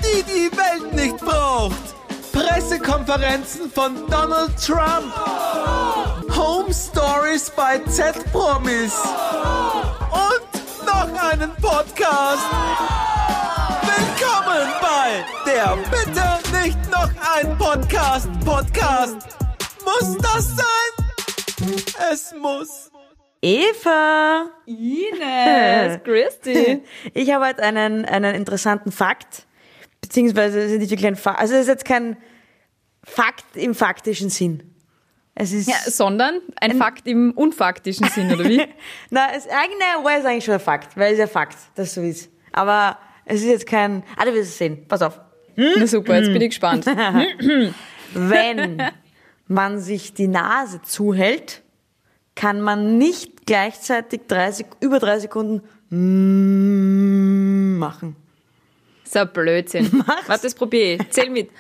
die die Welt nicht braucht. Pressekonferenzen von Donald Trump. Home Stories bei Z-Promis. Und noch einen Podcast. Willkommen bei der Bitte nicht noch ein Podcast. Muss das sein? Es muss. Eva! Ines, grüß dich. Ich habe heute einen interessanten Fakt, beziehungsweise es ist nicht wirklich ein Fakt, also es ist jetzt kein Fakt im faktischen Sinn. Es ist Sondern ein Fakt im unfaktischen Sinn, oder wie? Na, es ist eigentlich schon ein Fakt, weil es ist ja Fakt, dass es so ist. Aber es ist jetzt kein, du wirst es sehen, pass auf. Na super, jetzt bin ich gespannt. Wenn man sich die Nase zuhält, kann man nicht gleichzeitig über 3 Sekunden machen. So ein Blödsinn. Mach's. Warte, das probiere ich. Zähl mit.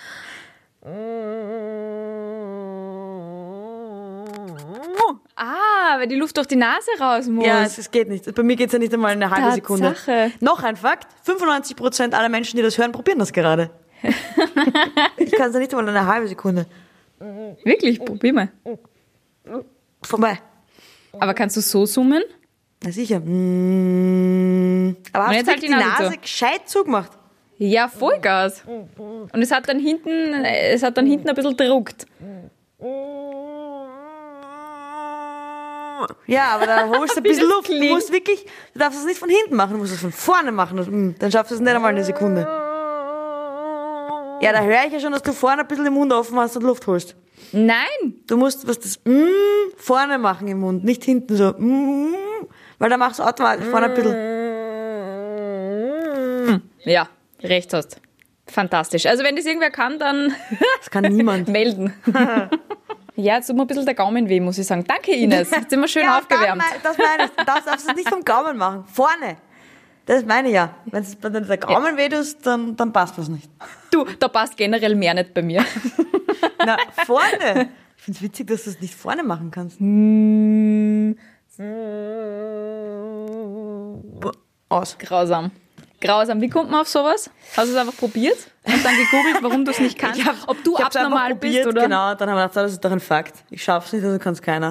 Weil die Luft durch die Nase raus muss. Ja, es geht nicht. Bei mir geht es ja nicht einmal eine halbe Sekunde. Tatsache. Noch ein Fakt, 95% aller Menschen, die das hören, probieren das gerade. Ich kann es ja nicht einmal eine halbe Sekunde. Wirklich? Probier mal. Vorbei. Aber kannst du so summen? Na sicher. Aber hast jetzt du halt die die Nase Nase zu. gescheit zugemacht? Ja, Vollgas. Und es hat dann hinten ein bisschen gedruckt. Ja, aber da holst du ein bisschen das Luft. klingt. Du darfst es nicht von hinten machen, du musst es von vorne machen. Dann schaffst du es nicht einmal eine Sekunde. Ja, da höre ich ja schon, dass du vorne ein bisschen den Mund offen hast und Luft holst. Nein. Du musst vorne machen im Mund, nicht hinten so. Weil da machst du automatisch vorne ein bisschen. Ja, recht hast. Fantastisch. Also wenn das irgendwer kann, dann Das kann niemand. melden. Ja, jetzt tut mir ein bisschen der Gaumen weh, muss ich sagen. Danke, Ines. Jetzt sind wir schön aufgewärmt. Das meine ich. Du darfst es nicht vom Gaumen machen. Vorne. Das meine ich ja. Wenn der Gaumen weh tust, dann passt das nicht. Du, da passt generell mehr nicht bei mir. Na, vorne. Ich finde es witzig, dass du es nicht vorne machen kannst. Aus. Grausam. Wie kommt man auf sowas? Hast du es einfach probiert und dann gegoogelt, warum du es nicht kannst? Ob du Ich hab's einfach abnormal probiert, bist, oder? Genau, dann haben wir gedacht, das ist doch ein Fakt. Ich schaff's nicht, also kann es keiner.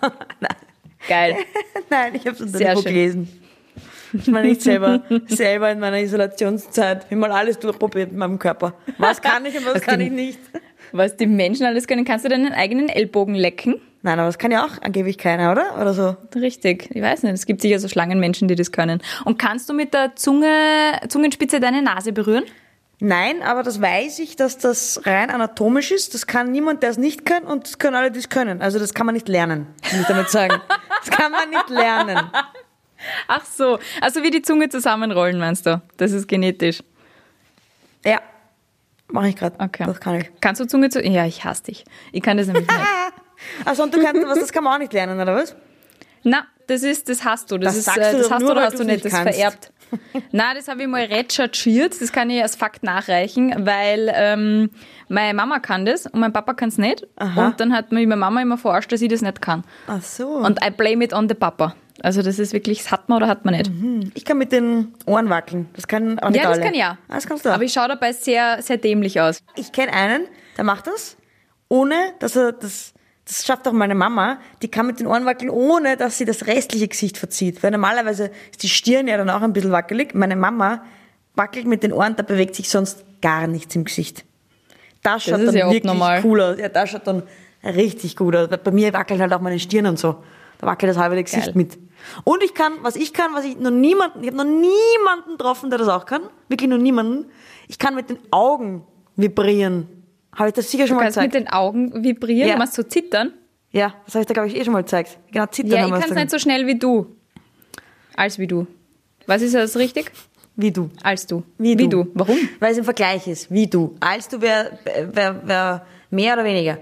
Geil. Nein, ich habe es unter Sehr dem Buch schön. gelesen. Ich meine nicht selber in meiner Isolationszeit. Ich habe mal alles durchprobiert mit meinem Körper. Was kann ich und was kann ich nicht? Was die Menschen alles können. Kannst du deinen eigenen Ellbogen lecken? Nein, aber das kann ja auch angeblich keiner, oder? Oder so. Richtig. Ich weiß nicht. Es gibt sicher so Schlangenmenschen, die das können. Und kannst du mit der Zungenspitze deine Nase berühren? Nein, aber das weiß ich, dass das rein anatomisch ist. Das kann niemand, der es nicht kann, und das können alle, die es können. Also das kann man nicht lernen, will ich damit sagen. Das kann man nicht lernen. Ach so. Also wie die Zunge zusammenrollen, meinst du? Das ist genetisch. Ja, mache ich gerade. Okay. Das kann ich. Kannst du Zunge zu... Ja, ich hasse dich. Ich kann das nämlich nicht. Also und du kannst was, das kann man auch nicht lernen, oder was? Na, das hast du. Das sagst du doch hast nur, du oder weil hast du du's nicht. nicht Das ist kannst. vererbt. Na, das habe ich mal recherchiert. Das kann ich als Fakt nachreichen, weil meine Mama kann das und mein Papa kann es nicht. Aha. Und dann hat mir meine Mama immer verarscht, dass ich das nicht kann. Ach so. Und I blame it on the Papa. Also das ist wirklich, das hat man oder hat man nicht. Ich kann mit den Ohren wackeln. Das kann auch nicht Ja, alle. das kann ich auch. Ah, das kannst du auch. Aber ich schaue dabei sehr, sehr dämlich aus. Ich kenne einen, der macht das, ohne dass er das schafft auch meine Mama, die kann mit den Ohren wackeln, ohne dass sie das restliche Gesicht verzieht. Weil normalerweise ist die Stirn ja dann auch ein bisschen wackelig. Meine Mama wackelt mit den Ohren, da bewegt sich sonst gar nichts im Gesicht. Das schaut ist dann ja wirklich abnormal. cool aus. Ja, das schaut dann richtig gut aus. Weil bei mir wackelt halt auch meine Stirn und so. Da wackelt das halbe Gesicht Geil. mit. Und ich habe noch niemanden getroffen, der das auch kann. Wirklich noch niemanden. Ich kann mit den Augen vibrieren. Habe ich das sicher schon Du mal kannst mit gezeigt? den Augen vibrieren, Ja. du machst so zittern. Ja, das habe ich da, glaube ich, schon mal gezeigt. Genau, zittern Ja, haben ich wir kann es da nicht so schnell wie du. Als wie du. Was ist das richtig? Wie du. Als du. Wie du. Warum? Weil es im Vergleich ist. Wie du. Als du wär mehr oder weniger.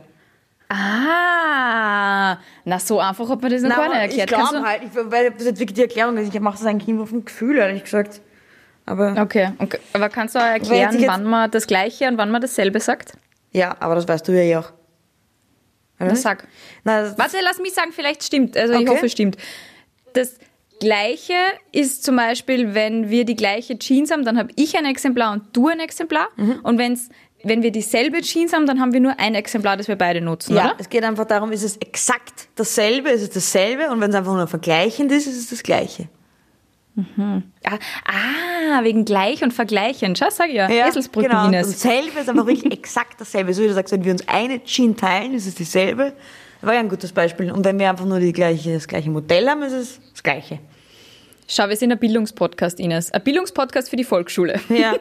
Ah, na so einfach hat man das noch gar nicht erklärt. Ich Kannst glaube du- halt, weil das jetzt wirklich die Erklärung ist. Ich mache das eigentlich immer auf ein Gefühl, ehrlich gesagt. Aber Okay, aber kannst du auch Weil erklären, ich jetzt- wann man das Gleiche und wann man dasselbe sagt? ja, aber das weißt du ja eh auch. Oder Na, nicht? sag. Na, das, Warte, lass mich sagen, vielleicht stimmt. Also ich Okay. hoffe, es stimmt. Das Gleiche ist zum Beispiel, wenn wir die gleiche Jeans haben, dann habe ich ein Exemplar und du ein Exemplar. Und wenn wir dieselbe Jeans haben, dann haben wir nur ein Exemplar, das wir beide nutzen, Ja, oder? es geht einfach darum, ist es exakt dasselbe, ist es dasselbe und wenn es einfach nur vergleichend ist, ist es das Gleiche. Wegen Gleich und Vergleichen. Schau, sag ich ja. Eselsbrücken, genau. Und Ines. dasselbe ist einfach wirklich exakt dasselbe. So wie du sagst, wenn wir uns eine Jeans teilen, ist es dieselbe. Das war ja ein gutes Beispiel. Und wenn wir einfach nur das gleiche Modell haben, ist es das Gleiche. Schau, wir sind ein Bildungspodcast, Ines. Ein Bildungspodcast für die Volksschule. Ja.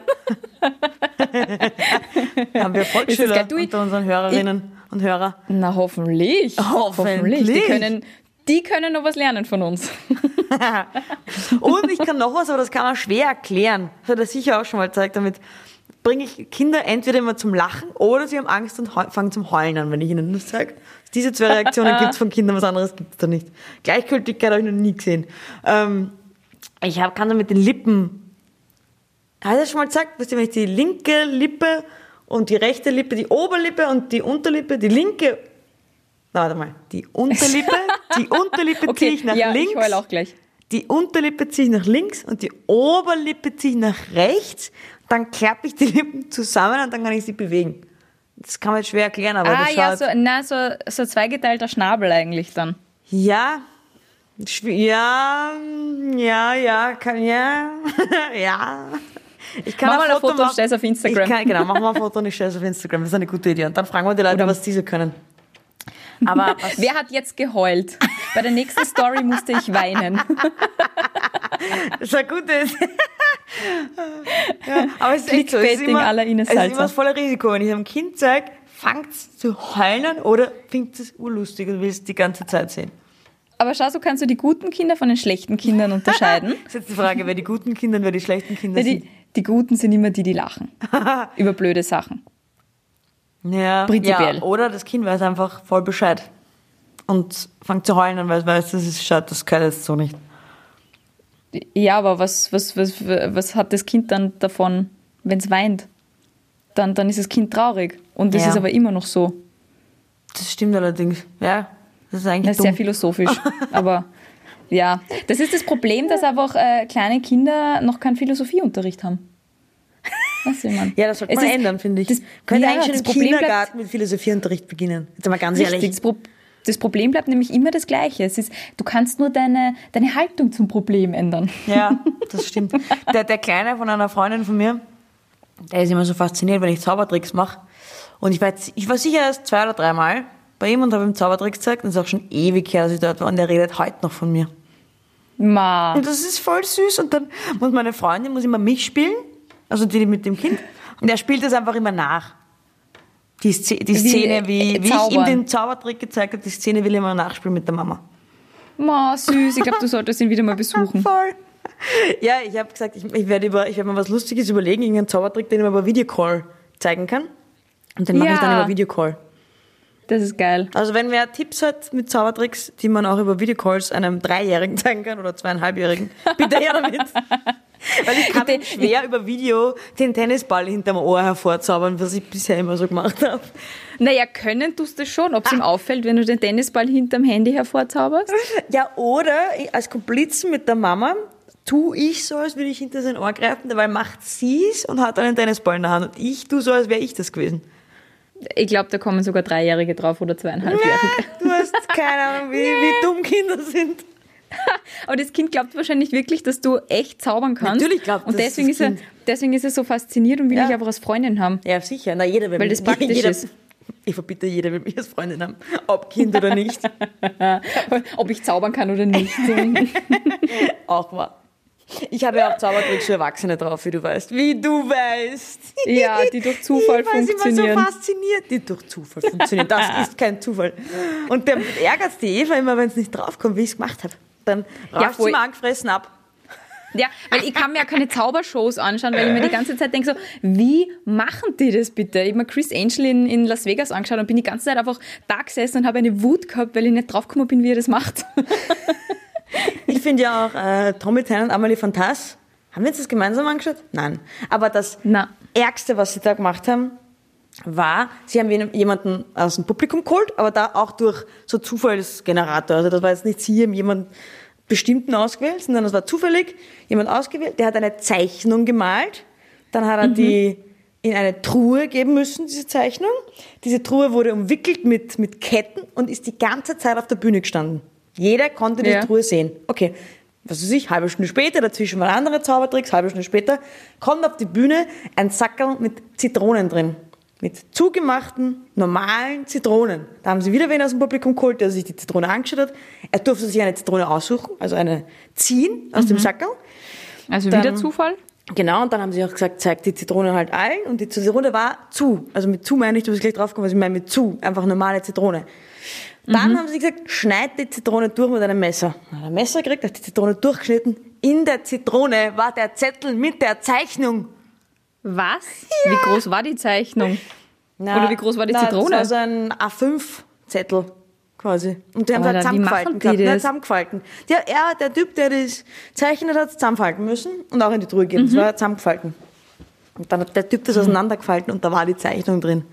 Haben wir Ist Volksschüler das geil? unter unseren Hörerinnen und Hörer? Na, hoffentlich. Hoffentlich. Die können noch was lernen von uns. Und ich kann noch was, aber das kann man schwer erklären. Das hat er sicher auch schon mal gezeigt. Damit bringe ich Kinder entweder immer zum Lachen oder sie haben Angst und fangen zum Heulen an, wenn ich ihnen das sage. Diese zwei Reaktionen gibt es von Kindern, was anderes gibt es da nicht. Gleichgültigkeit habe ich noch nie gesehen. Kann da mit den Lippen, hat er schon mal gesagt, wenn ich die linke Lippe und die rechte Lippe, die Oberlippe und die Unterlippe, die linke, warte mal, die Unterlippe Okay, ziehe ich nach links. Ich heule auch gleich. Die Unterlippe ziehe ich nach links und die Oberlippe ziehe ich nach das dann klappe ich die Lippen zusammen und dann kann ich sie bewegen. Das kann man jetzt schwer erklären, aber das schaut... so zweigeteilter Schnabel eigentlich dann. Ja, ja. Ich kann Mach mal ein Foto und stell's auf Instagram. Mach mal ein Foto und ich stelle es auf Instagram. Das ist eine gute Idee. Und dann fragen wir die Leute, was diese können. Aber wer hat jetzt geheult? Bei der nächsten Story musste ich weinen. Das ist eine gute Idee. Ja, aber es ist echt so. Es ist immer voller Risiko. Wenn ich einem Kind sage, fangt es zu heulen oder findet es urlustig und willst die ganze Zeit sehen. Aber schau, so kannst du die guten Kinder von den schlechten Kindern unterscheiden. Das ist jetzt die Frage, wer die guten Kinder und wer die schlechten Kinder sind. Die Guten sind immer die lachen. Über blöde Sachen. Ja, prinzipiell. Ja, oder das Kind weiß einfach voll Bescheid und fängt zu heulen, weil es weiß, das gehört jetzt so nicht. Ja, aber was hat das Kind dann davon, wenn es weint? Dann ist das Kind traurig. Und das ist aber immer noch so. Das stimmt allerdings. Ja, das ist eigentlich dumm. Sehr philosophisch. Aber ja, das ist das Problem, dass einfach kleine Kinder noch keinen Philosophieunterricht haben. Was will man? Ja, das sollte man ändern, finde ich. Könnte eigentlich schon im Kindergarten mit Philosophieunterricht beginnen. Jetzt mal ganz ehrlich. Das Problem bleibt nämlich immer das Gleiche. Du kannst nur deine Haltung zum Problem ändern. Ja, das stimmt. Der Kleine von einer Freundin von mir, der ist immer so fasziniert, wenn ich Zaubertricks mache. Und ich war sicher erst 2 oder 3 Mal bei ihm und habe ihm Zaubertricks gezeigt. Und es ist auch schon ewig her, dass ich dort war. Und der redet heute noch von mir. Ma. Und das ist voll süß. Und dann muss meine Freundin immer mich spielen, also die mit dem Kind. Und er spielt das einfach immer nach. Die Szene, wie ich ihm den Zaubertrick gezeigt habe, die Szene will ich immer nachspielen mit der Mama. Ma, süß. Ich glaube, du solltest ihn wieder mal besuchen. Voll. Ja, ich habe gesagt, ich werde mir was Lustiges überlegen, irgendeinen Zaubertrick, den ich mir über Videocall zeigen kann. Und den mache ich dann über Videocall. Das ist geil. Also wenn wer Tipps hat mit Zaubertricks, die man auch über Videocalls einem 3-Jährigen zeigen kann oder 2,5-Jährigen, bitte her damit. Weil ich kann schwer über Video den Tennisball hinterm Ohr hervorzaubern, was ich bisher immer so gemacht habe. Naja, können tust du schon, ob es ihm auffällt, wenn du den Tennisball hinterm Handy hervorzauberst? Ja, oder als Komplizen mit der Mama tue ich so, als würde ich hinter sein Ohr greifen, dabei macht sie es und hat einen Tennisball in der Hand. Und ich tue so, als wäre ich das gewesen. Ich glaube, da kommen sogar 3-Jährige drauf oder 2,5-Jährige. Ja, du hast keine Ahnung, wie dumm Kinder sind. Aber das Kind glaubt wahrscheinlich wirklich, dass du echt zaubern kannst. Natürlich glaubt und deswegen ist er so fasziniert und will dich einfach als Freundin haben. Ja, sicher. Na, jeder will weil das praktisch ist. Ich verbitte, jeder will mich als Freundin haben. Ob Kind oder nicht. Ob ich zaubern kann oder nicht. Auch wahr. Ich habe ja auch Zaubertricks für Erwachsene drauf, wie du weißt. Wie du weißt. Ja, die durch Zufall funktionieren. Ich war so fasziniert. Die durch Zufall funktionieren. Das ist kein Zufall. Und der ärgert die Eva immer, wenn es nicht draufkommt, wie ich es gemacht habe. Dann rauscht sie mir angefressen ab. Ja, weil ich kann mir ja keine Zaubershows anschauen, weil ich mir die ganze Zeit denke so, wie machen die das bitte? Ich habe mir Chris Angel in Las Vegas angeschaut und bin die ganze Zeit einfach da gesessen und habe eine Wut gehabt, weil ich nicht draufgekommen bin, wie er das macht. Ich finde ja auch Tommy Tennant, Amelie Fantas. Haben wir uns das gemeinsam angeschaut? Nein. Aber das Ärgste, was sie da gemacht haben, war, sie haben jemanden aus dem Publikum geholt, aber da auch durch so Zufallsgenerator. Also das war jetzt nicht sie, haben jemanden bestimmten ausgewählt, sondern es war zufällig jemand ausgewählt, der hat eine Zeichnung gemalt, dann hat er die in eine Truhe geben müssen, diese Zeichnung. Diese Truhe wurde umwickelt mit Ketten und ist die ganze Zeit auf der Bühne gestanden. Jeder konnte die Truhe sehen. Okay, was weiß ich, halbe Stunde später, dazwischen waren andere Zaubertricks, halbe Stunde später, kommt auf die Bühne ein Sackerl mit Zitronen drin. Mit zugemachten, normalen Zitronen. Da haben sie wieder wen aus dem Publikum geholt, der sich die Zitrone angeschaut hat. Er durfte sich eine Zitrone aussuchen, also eine ziehen aus dem Sackerl. Also dann, wieder Zufall? Genau, und dann haben sie auch gesagt, zeig die Zitrone halt allen. Und die Zitrone war zu. Also mit zu meine ich, du bist gleich draufgekommen, was ich meine mit zu. Einfach normale Zitrone. Dann haben sie gesagt, schneid die Zitrone durch mit einem Messer. Dann hat er ein Messer gekriegt, hat die Zitrone durchgeschnitten. In der Zitrone war der Zettel mit der Zeichnung. Was? Ja. Wie groß war die Zeichnung? Oder wie groß war die Zitrone? Das war so ein A5-Zettel quasi. Und die haben halt zusammengefalten gehabt. Zusammengefalten. Der Typ, der das zeichnet hat, zusammenfalten müssen und auch in die Truhe geben. Das war zusammengefalten. Und dann hat der Typ das auseinandergefalten und da war die Zeichnung drin.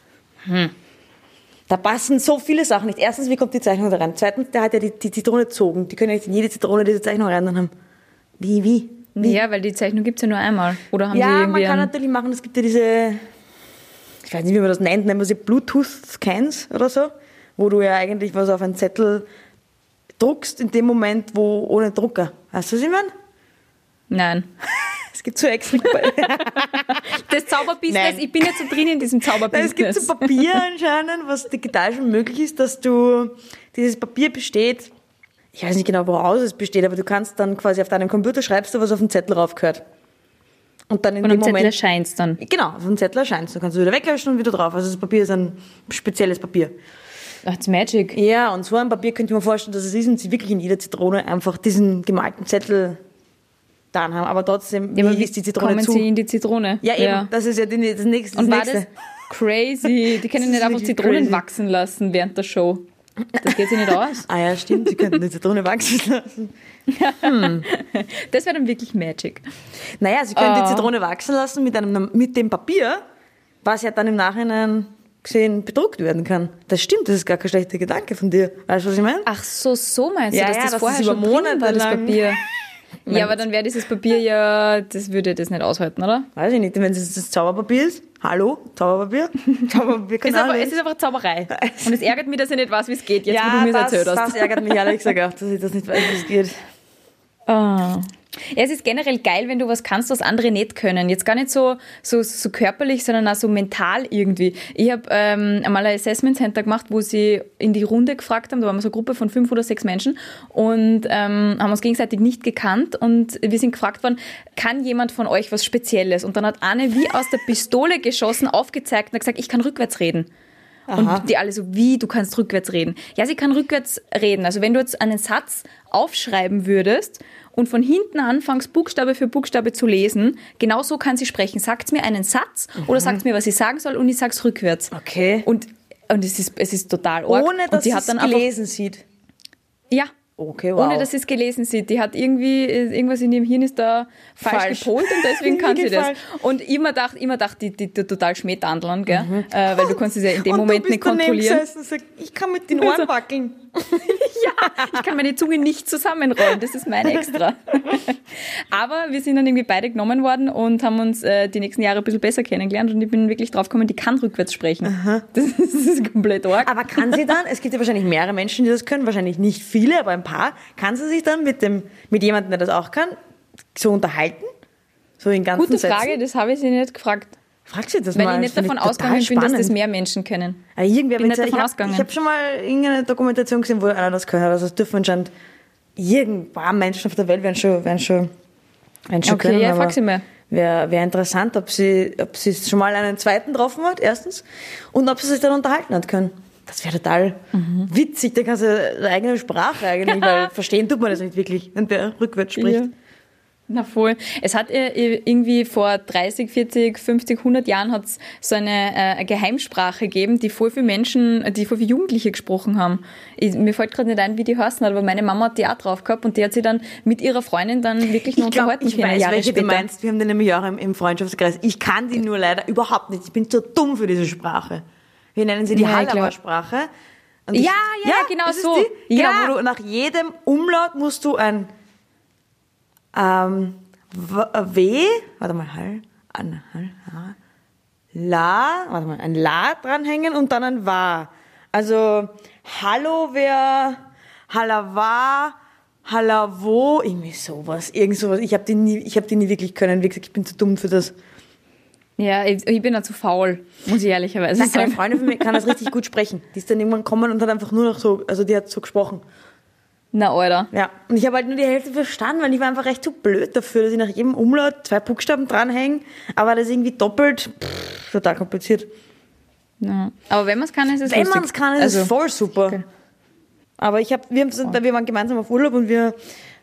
Da passen so viele Sachen nicht. Erstens, wie kommt die Zeichnung da rein? Zweitens, der hat ja die Zitrone gezogen. Die können ja nicht in jede Zitrone diese Zeichnung rein haben. Wie? Ja, weil die Zeichnung gibt es ja nur einmal. Oder haben sie ja, irgendwie man kann natürlich machen, es gibt ja diese, ich weiß nicht, wie man das nennt, nennen wir sie Bluetooth-Scans oder so, wo du ja eigentlich was auf einen Zettel druckst in dem Moment, wo ohne Drucker. Weißt du, was ich meine? Nein. Es gibt so extra... Das Zauberbusiness, ich bin jetzt so drin in diesem Zauberbusiness. Es gibt so Papier anscheinend, was digital schon möglich ist, dass du, dieses Papier besteht, ich weiß nicht genau, woraus es besteht, aber du kannst dann quasi auf deinem Computer schreibst du, was auf dem Zettel raufgehört. Und dann in dem Moment... erscheint es dann. Genau, auf dem Zettel erscheint es. Dann kannst du wieder weglöschen und wieder drauf. Also das Papier ist ein spezielles Papier. That's magic. Ja, und so ein Papier könnte ich mir vorstellen, dass es ist und sie wirklich in jeder Zitrone einfach diesen gemalten Zettel da haben. Aber trotzdem, ja, aber wie ist die Zitrone kommen zu? Sie in die Zitrone? Ja, eben. Das ist ja das nächste. Und war das crazy? Die können nicht einfach Zitronen crazy wachsen lassen während der Show. Das geht sich nicht aus. Ah ja, stimmt, sie könnten die Zitrone wachsen lassen. Das wäre dann wirklich Magic. Naja, sie können die Zitrone wachsen lassen mit dem Papier, was ja dann im Nachhinein gesehen bedruckt werden kann. Das stimmt, das ist gar kein schlechter Gedanke von dir. Weißt du, was ich meine? Ach so meinst du, ja, dass das vorher über schon Monate war, das lang Papier? Ja, aber dann wäre dieses Papier ja, das würde das nicht aushalten, oder? Weiß ich nicht, wenn es das Zauberpapier ist. Hallo, Zauberpapier? Zauberpapier kann es ist einfach Zauberei. Und es ärgert mich, dass ich nicht weiß, wie es geht, jetzt ja, wo du mir erzählt hast. Das ärgert mich ehrlich gesagt auch, dass ich das nicht weiß, wie es geht. Oh. Ja, es ist generell geil, wenn du was kannst, was andere nicht können. Jetzt gar nicht so körperlich, sondern auch so mental irgendwie. Ich habe einmal ein Assessment Center gemacht, wo sie in die Runde gefragt haben, da waren wir so eine Gruppe von 5 oder 6 Menschen und haben uns gegenseitig nicht gekannt und wir sind gefragt worden, kann jemand von euch was Spezielles? Und dann hat eine wie aus der Pistole geschossen, aufgezeigt und hat gesagt, ich kann rückwärts reden. Aha. Und die alle so, wie, du kannst rückwärts reden? Ja, sie kann rückwärts reden. Also wenn du jetzt einen Satz aufschreiben würdest und von hinten anfängst, Buchstabe für Buchstabe zu lesen, genau so kann sie sprechen. Sagt mir einen Satz oder sagt mir, was ich sagen soll und ich sag's rückwärts. Okay. Und es ist total arg. Ohne, dass sie es gelesen sieht? Ja. Okay, wow. Ohne, dass sie es gelesen sieht. Die hat irgendwas in ihrem Hirn ist da falsch gepolt und deswegen kann sie das. Und immer dachte, die total schmähtandeln, gell? Weil du kannst es ja in dem Moment nicht kontrollieren. Und sagt, ich kann mit den Ohren wackeln. Ja, ich kann meine Zunge nicht zusammenrollen, das ist mein Extra. Aber wir sind dann irgendwie beide genommen worden und haben uns die nächsten Jahre ein bisschen besser kennengelernt und ich bin wirklich drauf gekommen, die kann rückwärts sprechen. Aha. Das ist komplett arg. Aber kann sie dann, es gibt ja wahrscheinlich mehrere Menschen, die das können, wahrscheinlich nicht viele, aber ein paar, kann sie sich dann mit jemandem, der das auch kann, so unterhalten? So in ganzen Gute Sätzen? Frage, das habe ich sie nicht gefragt. Fragt sie das weil mal? Weil ich nicht davon ausgegangen bin, dass das mehr Menschen können. Ich habe schon mal irgendeine Dokumentation gesehen, wo einer das können. Also es dürfen anscheinend ein paar Menschen auf der Welt werden schon okay, können. Ja, frag sie mal. Wäre interessant, ob sie schon mal einen zweiten getroffen hat, erstens, und ob sie sich dann unterhalten hat können. Das wäre total witzig. Da kannst du eine eigene Sprache eigentlich, weil verstehen tut man das nicht wirklich, wenn der rückwärts spricht. Ja. Na voll. Es hat irgendwie vor 30, 40, 50, 100 Jahren hat es so eine Geheimsprache gegeben, die voll viele Menschen, die voll viele Jugendliche gesprochen haben. Mir fällt gerade nicht ein, wie die heißen, aber meine Mama hat die auch drauf gehabt und die hat sie dann mit ihrer Freundin dann wirklich noch unterhalten. Ich weiß, welche du meinst. Wir haben die nämlich auch im Freundschaftskreis. Ich kann die nur leider überhaupt nicht. Ich bin zu dumm für diese Sprache. Wir nennen sie die Hallerauer-Sprache. Und Ja, genau das ist so. Die? Genau, Ja. wo du nach jedem Umlaut musst du ein W, warte mal, ein La dranhängen und dann ein Wa. Also Hallo wäre Halava, Halavo, irgendwie sowas, irgend sowas. Ich hab die nie wirklich können. Wie gesagt, ich bin zu dumm für das. Ja, ich bin da zu faul, muss ich ehrlicherweise Eine sagen. Freundin von mir kann das richtig gut sprechen. Die ist dann irgendwann gekommen und hat einfach nur noch so, also die hat so gesprochen. Na, Alter. Ja, und ich habe halt nur die Hälfte verstanden, weil ich war einfach recht zu blöd dafür, dass ich nach jedem Umlaut 2 Buchstaben dranhänge, aber das irgendwie doppelt, total kompliziert. Ja. Aber wenn man es kann, ist es Wenn lustig. man es kann, ist es voll super. Okay. Aber wir waren gemeinsam auf Urlaub und wir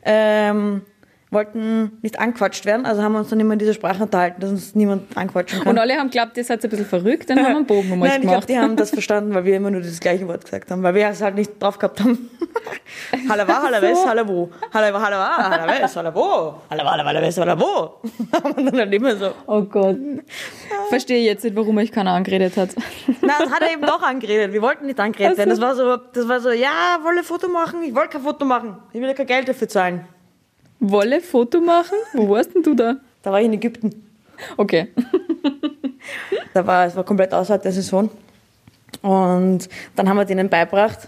wollten nicht angequatscht werden, also haben wir uns dann immer in dieser Sprache unterhalten, dass uns niemand anquatschen kann. Und alle haben geglaubt, ihr seid ein bisschen verrückt, dann haben wir einen Bogen um euch Nein, ich glaube, gemacht. die haben das verstanden, weil wir immer nur das gleiche Wort gesagt haben, weil wir es halt nicht drauf gehabt haben. Halava, Halaves, Halavo. Halava, Halaves, Halavo. Halava, Halaves, Halavo. Und dann halt immer so. Oh Gott. Verstehe jetzt nicht, warum euch keiner angeredet hat. Nein, das hat er eben doch angeredet. Wir wollten nicht angeredet werden. Das war so, ja, wolle ein Foto machen? Ich wollte kein Foto machen. Ich will ja kein Geld dafür zahlen. Wolle Foto machen? Wo warst denn du da? Da war ich in Ägypten. Okay. Es war komplett außerhalb der Saison. Und dann haben wir denen beigebracht,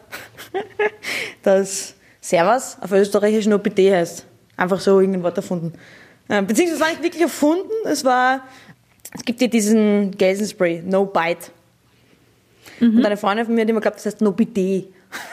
dass Servus auf Österreichisch no bitte heißt. Einfach so irgendein Wort erfunden. Beziehungsweise es war nicht wirklich erfunden, es gibt ja diesen Gelsenspray, no bite. Und eine Freundin von mir hat immer geglaubt, das heißt no bitte.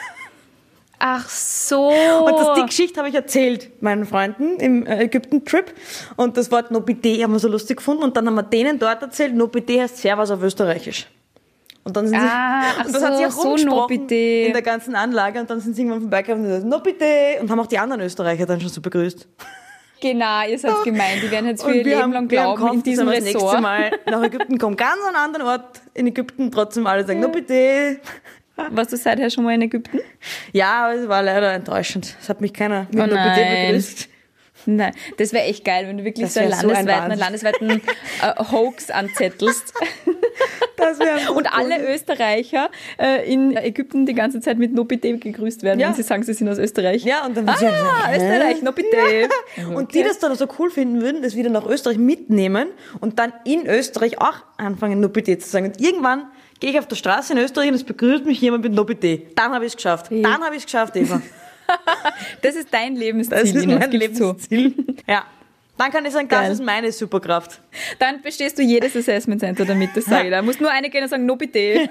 Ach so. Und die Geschichte habe ich erzählt meinen Freunden im Ägypten-Trip. Und das Wort no bitte haben wir so lustig gefunden. Und dann haben wir denen dort erzählt, no bitte heißt Servus auf Österreichisch. Und dann sind sie, und das hat sich auch so rumgesprochen no bitte. in der ganzen Anlage. Und dann sind sie irgendwann vorbeigekommen und gesagt, no bitte. Und haben auch die anderen Österreicher dann schon so begrüßt. Genau, ihr seid gemeint. Die werden jetzt für Und ihr Leben lang glauben in diesem dass wir das nächste Ressort. Mal nach Ägypten kommen. Ganz an einen anderen Ort in Ägypten trotzdem alle sagen, no bitte. Warst du seither schon mal in Ägypten? Ja, aber es war leider enttäuschend. Es hat mich keiner mit Oh no bitte nein. begrüßt. Nein, das wäre echt geil, wenn du wirklich Das so einen wär so ein landesweiten Hoax anzettelst Das wäre und alle Österreicher in Ägypten die ganze Zeit mit No bitte gegrüßt werden, Ja. wenn sie sagen, sie sind aus Österreich. Ja, und dann Österreich, No bitte. Und die das dann so cool finden würden, das wieder nach Österreich mitnehmen und dann in Österreich auch anfangen, no bitte zu sagen. Und irgendwann gehe ich auf der Straße in Österreich und es begrüßt mich jemand mit no bitte. Dann habe ich es geschafft. Ja. Dann habe ich es geschafft, Eva. Das ist dein Lebensziel, Das ist Ines, mein gib's zu. Lebensziel. Ja. Dann kann ich sagen, das Geil. ist meine Superkraft. Dann bestehst du jedes Assessment Center damit, das sage ich. Da muss nur eine gehen und sagen, No bitte.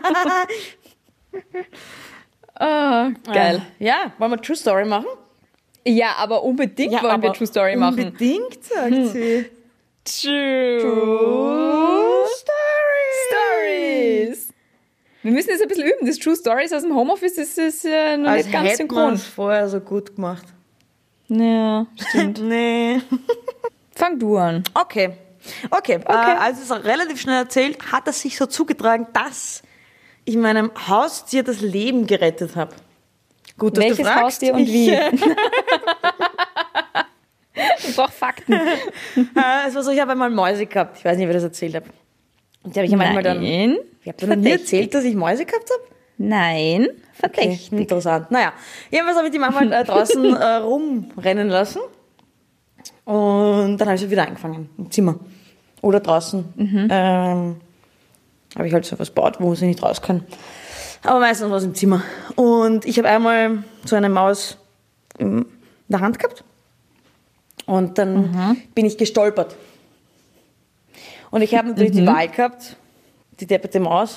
Geil. Ja, wollen wir True Story machen? Ja, aber unbedingt wollen wir True Story machen. Unbedingt, sagt sie. True Stories. Wir müssen jetzt ein bisschen üben. Das True Stories aus dem Homeoffice, das ist ja noch Als nicht ganz hätten wir synchron. es vorher so gut gemacht. Ja, stimmt. Nee. Fang du an. Okay. Also es ist relativ schnell erzählt, hat es sich so zugetragen, dass ich meinem Haustier das Leben gerettet habe. Gut, dass Welches du fragst. Haustier und wie? Ich brauche Fakten. Es war so, ich habe einmal Mäuse gehabt. Ich weiß nicht, wer das erzählt habe. Und die habe ich ja manchmal dann... Nein. Ich habe dir noch nie Verdächtig. erzählt, dass ich Mäuse gehabt habe? Nein. Okay, Verdächtig. interessant. Naja, jedenfalls habe ich die Mama draußen rumrennen lassen. Und dann habe ich sie wieder eingefangen im Zimmer. Oder draußen. Habe ich halt so was gebaut, wo sie nicht raus kann. Aber meistens war es im Zimmer. Und ich habe einmal so eine Maus in der Hand gehabt. Und dann bin ich gestolpert. Und ich habe natürlich die Wahl gehabt, die depperte Maus.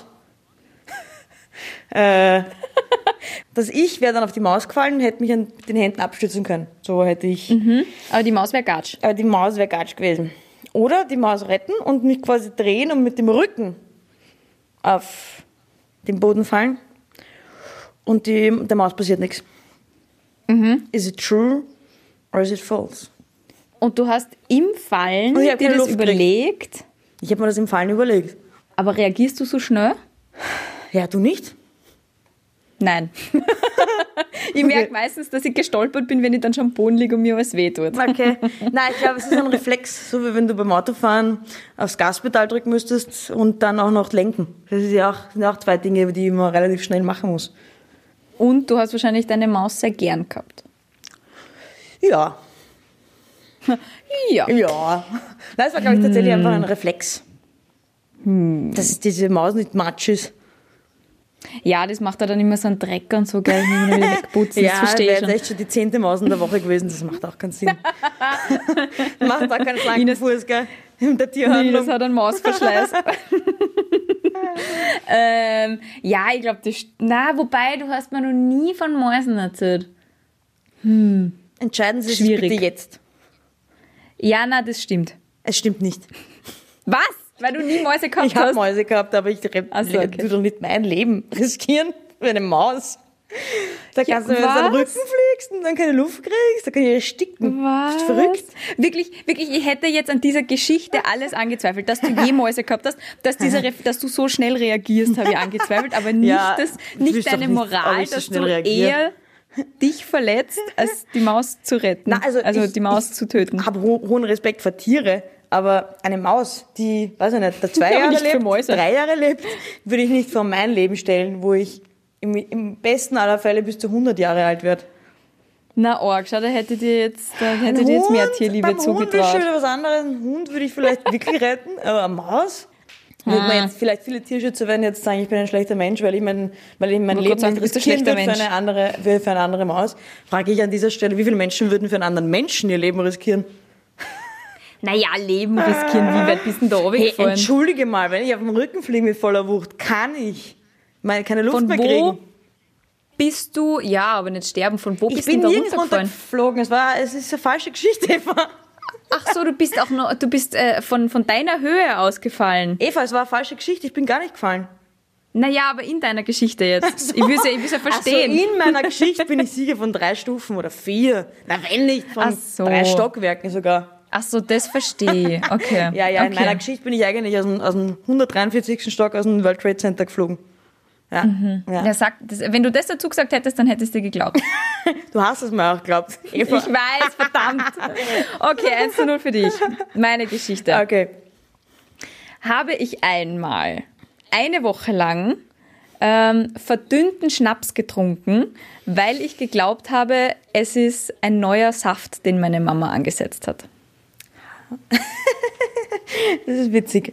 Dass ich wäre dann auf die Maus gefallen und hätte mich an den Händen abstützen können. So hätte ich. Aber die Maus wäre Gatsch. Aber die Maus wäre Gatsch gewesen. Oder die Maus retten und mich quasi drehen und mit dem Rücken auf den Boden fallen. Und der Maus passiert nichts. Is it true or is it false? Und du hast im Fallen Und ich hab dir keine das Luft überlegt, Ich habe mir das im Fallen überlegt. aber reagierst du so schnell? Ja, du nicht? Nein. Ich merke meistens, dass ich gestolpert bin, wenn ich dann schon am Boden liege und mir alles wehtut. Okay. Nein, ich glaube, es ist ein Reflex, so wie wenn du beim Autofahren aufs Gaspedal drücken müsstest und dann auch noch lenken. Das sind ja auch 2 Dinge, die man relativ schnell machen muss. Und du hast wahrscheinlich deine Maus sehr gern gehabt. Ja. Ja. Ja. Nein, es war, glaube ich, tatsächlich einfach ein Reflex. Dass diese Maus nicht matsch ist. Ja, das macht er dann immer so einen Dreck und so, gell, immer wieder wegputzen, das verstehe ich wäre schon. jetzt echt schon die 10. Maus in der Woche gewesen, das macht auch keinen Sinn. Macht auch keinen schlanken Fuß, gell, in der Nee, Tierhandlung. das hat einen Mausverschleiß. Ja, ich glaube, wobei, du hast mir noch nie von Mäusen erzählt. Entscheiden Sie sich Schwierig. bitte jetzt. Ja, na, das stimmt. Es stimmt nicht. Was? Weil du nie Mäuse gehabt Ich habe hast? Mäuse gehabt, aber ich Ach so, okay. tu doch nicht mein Leben riskieren für eine Maus. Da kannst du, wenn du was? an den Rücken fliegst und dann keine Luft kriegst, da kann ich ersticken. Was? Bist du verrückt? Wirklich, ich hätte jetzt an dieser Geschichte alles angezweifelt, dass du je Mäuse gehabt hast, dass du so schnell reagierst, habe ich angezweifelt, aber nicht, Ja, nicht wüsste deine doch nicht, ob Moral, ich so dass schnell du reagiere. eher dich verletzt, als die Maus zu retten. Na, also die Maus zu töten. Ich habe hohen Respekt vor Tiere, aber eine Maus, die, weiß ich nicht, da 2 Aber Jahre nicht für lebt, Mäuse. 3 Jahre lebt, würde ich nicht vor mein Leben stellen, wo ich im besten aller Fälle bis zu 100 Jahre alt werde. Na, Org, schau, da hätte dir jetzt mehr Tierliebe beim Hund ist zugetraut. schon wieder was anderes. Einen Hund würde ich vielleicht wirklich retten, aber eine Maus? Würde man jetzt, vielleicht viele Tierschützer werden jetzt sagen, ich bin ein schlechter Mensch, weil ich mein Leben Gott sagen, nicht du bist ein riskieren schlechter würde für eine andere Maus. Frage ich an dieser Stelle, wie viele Menschen würden für einen anderen Menschen ihr Leben riskieren? Naja, Leben riskieren, wie weit bist du denn da Hey, runtergefallen? entschuldige mal, wenn ich auf dem Rücken fliege mit voller Wucht, kann ich keine Luft Von mehr wo kriegen. bist du? Ja, aber nicht sterben. Von wo Ich bist du bin denn da nirgends runtergefallen? runtergeflogen. Es ist eine falsche Geschichte, Eva. Ach so, du bist von deiner Höhe ausgefallen. Eva, es war eine falsche Geschichte. Ich bin gar nicht gefallen. Naja, aber in deiner Geschichte jetzt. Ich will ja verstehen. Also in meiner Geschichte bin ich sicher von 3 Stufen oder 4. Na, wenn nicht, von Ach so. 3 Stockwerken sogar. Ach so, das verstehe ich. Okay. Ja, in okay. meiner Geschichte bin ich eigentlich aus dem 143. Stock aus dem World Trade Center geflogen. Ja. Ja, wenn du das dazu gesagt hättest, dann hättest du geglaubt. Du hast es mir auch geglaubt, Eva. Ich weiß, verdammt. Okay, 1:0 für dich. Meine Geschichte. Okay. Habe ich einmal eine Woche lang verdünnten Schnaps getrunken, weil ich geglaubt habe, es ist ein neuer Saft, den meine Mama angesetzt hat. Das ist witzig.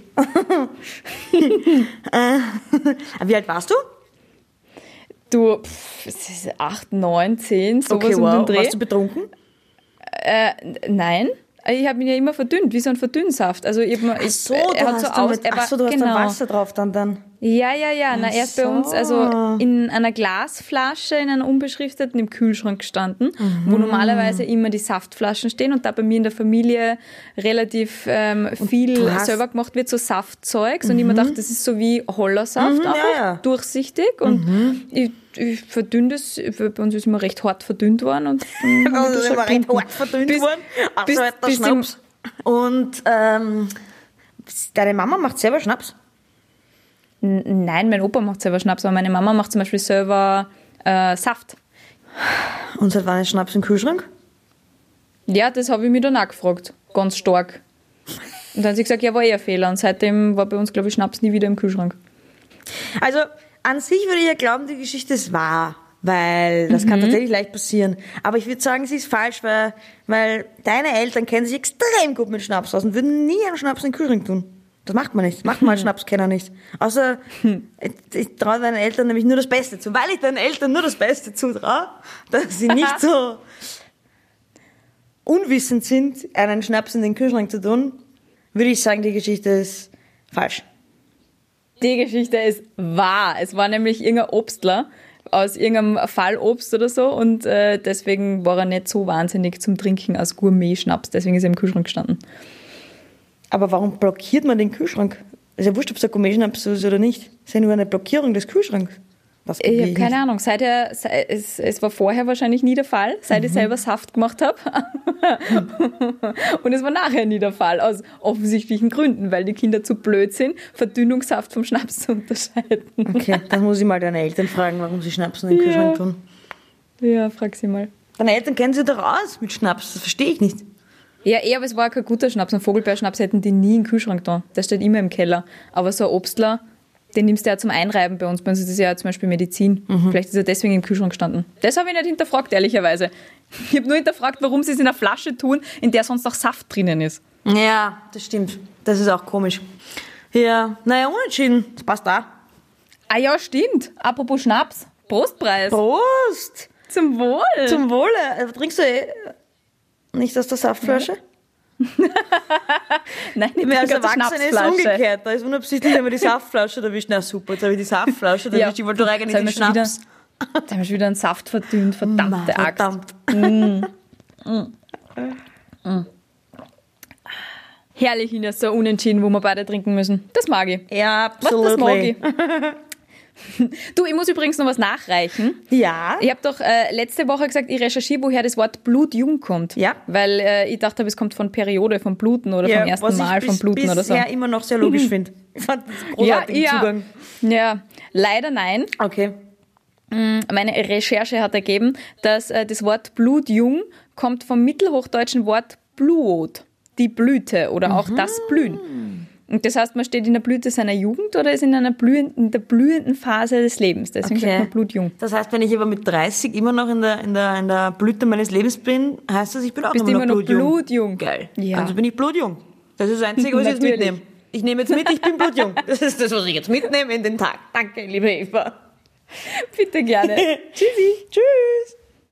Wie alt warst du? Du, es ist 8, 9, 10, sowas Okay, um wow. den Dreh. Warst du betrunken? Nein, ich habe ihn ja immer verdünnt, wie so ein Verdünnsaft. Also du hast da Wasser drauf dann. Ja. Na, er ist bei uns also in einer Glasflasche, in einer unbeschrifteten, im Kühlschrank gestanden, wo normalerweise immer die Saftflaschen stehen und da bei mir in der Familie relativ viel selber gemacht wird, so Saftzeugs. Und ich mir dachte, das ist so wie Hollersaft, einfach durchsichtig. Und ich verdünne das, bei uns ist immer recht hart verdünnt worden. Und Also das war recht hart verdünnt worden. Absoluter Schnaps. Und deine Mama macht selber Schnaps? Nein, mein Opa macht selber Schnaps, aber meine Mama macht zum Beispiel selber Saft. Und seit wann ist Schnaps im Kühlschrank? Ja, das habe ich mir dann auch gefragt. Ganz stark. Und dann hat sie gesagt, ja, war ein Fehler. Und seitdem war bei uns, glaube ich, Schnaps nie wieder im Kühlschrank. Also an sich würde ich ja glauben, die Geschichte ist wahr. Weil das kann tatsächlich leicht passieren. Aber ich würde sagen, sie ist falsch, weil deine Eltern kennen sich extrem gut mit Schnaps aus und würden nie einen Schnaps in den Kühlschrank tun. Das macht man nicht. Das macht man als Schnapskenner nicht. Außer, ich traue deinen Eltern nämlich nur das Beste zu. Weil ich deinen Eltern nur das Beste zutraue, dass sie nicht so unwissend sind, einen Schnaps in den Kühlschrank zu tun, würde ich sagen, die Geschichte ist falsch. Die Geschichte ist wahr. Es war nämlich irgendein Obstler aus irgendeinem Fallobst oder so und deswegen war er nicht so wahnsinnig zum Trinken als Gourmet-Schnaps. Deswegen ist er im Kühlschrank gestanden. Aber warum blockiert man den Kühlschrank? Ist ja wurscht, ob es ein Gourmet-Schnaps ist oder nicht. Es ist ja nur eine Blockierung des Kühlschranks. Ich habe keine Ahnung. Es war vorher wahrscheinlich nie der Fall, seit ich selber Saft gemacht habe. Und es war nachher nie der Fall, aus offensichtlichen Gründen, weil die Kinder zu blöd sind, Verdünnungssaft vom Schnaps zu unterscheiden. Okay, dann muss ich mal deine Eltern fragen, warum sie Schnaps in den Kühlschrank tun. Ja, frag sie mal. Deine Eltern kennen sich doch aus mit Schnaps, das verstehe ich nicht. Ja, aber es war kein guter Schnaps. Ein Vogelbeerschnaps hätten die nie im Kühlschrank da. Der steht immer im Keller. Aber so ein Obstler, Den nimmst du ja zum Einreiben bei uns. Bei uns ist das ja zum Beispiel Medizin. Vielleicht ist er deswegen im Kühlschrank gestanden. Das habe ich nicht hinterfragt, ehrlicherweise. Ich habe nur hinterfragt, warum sie es in einer Flasche tun, in der sonst auch Saft drinnen ist. Ja, das stimmt. Das ist auch komisch. Ja, naja, unentschieden. Das passt da. Ah ja, stimmt. Apropos Schnaps. Prostpreis. Prost! Zum Wohl. Zum Wohle. Trinkst du nicht aus der Saftflasche? Nein, ich Mehr als trinke aus der Erwachsene ist Schnapsflasche. umgekehrt. Da ist unabsichtlich, wenn man die Saftflasche erwischt. Na super, jetzt habe ich die Saftflasche erwischt. Ich wollte doch eigentlich den Schnaps. Jetzt haben wir schon wieder einen Saft verdünnt. Verdammte Axt. Verdammt. Herrlich, Ines, so unentschieden, wo wir beide trinken müssen. Das mag ich. Ja, Was, das mag ich. absolut. Du, ich muss übrigens noch was nachreichen. Ja. Ich habe doch letzte Woche gesagt, ich recherchiere, woher das Wort blutjung kommt. Ja. Weil ich dachte, es kommt von Periode, vom Bluten oder vom ersten Mal vom Bluten oder so. Was ich immer noch sehr logisch finde. Ich fand das einen großartigen Zugang. Ja, leider nein. Okay. Meine Recherche hat ergeben, dass das Wort blutjung kommt vom mittelhochdeutschen Wort bluot, die Blüte oder auch das Blühen. Und das heißt, man steht in der Blüte seiner Jugend oder ist in der blühenden Phase des Lebens. Deswegen sagt man blutjung. Das heißt, wenn ich aber mit 30 immer noch in der Blüte meines Lebens bin, heißt das, ich bin auch immer noch blutjung. Geil. Ja. Also bin ich blutjung. Das ist das Einzige, was ich jetzt mitnehme. Ich nehme jetzt mit, ich bin blutjung. Das ist das, was ich jetzt mitnehme in den Tag. Danke, liebe Eva. Bitte gerne. Tschüssi. Tschüss.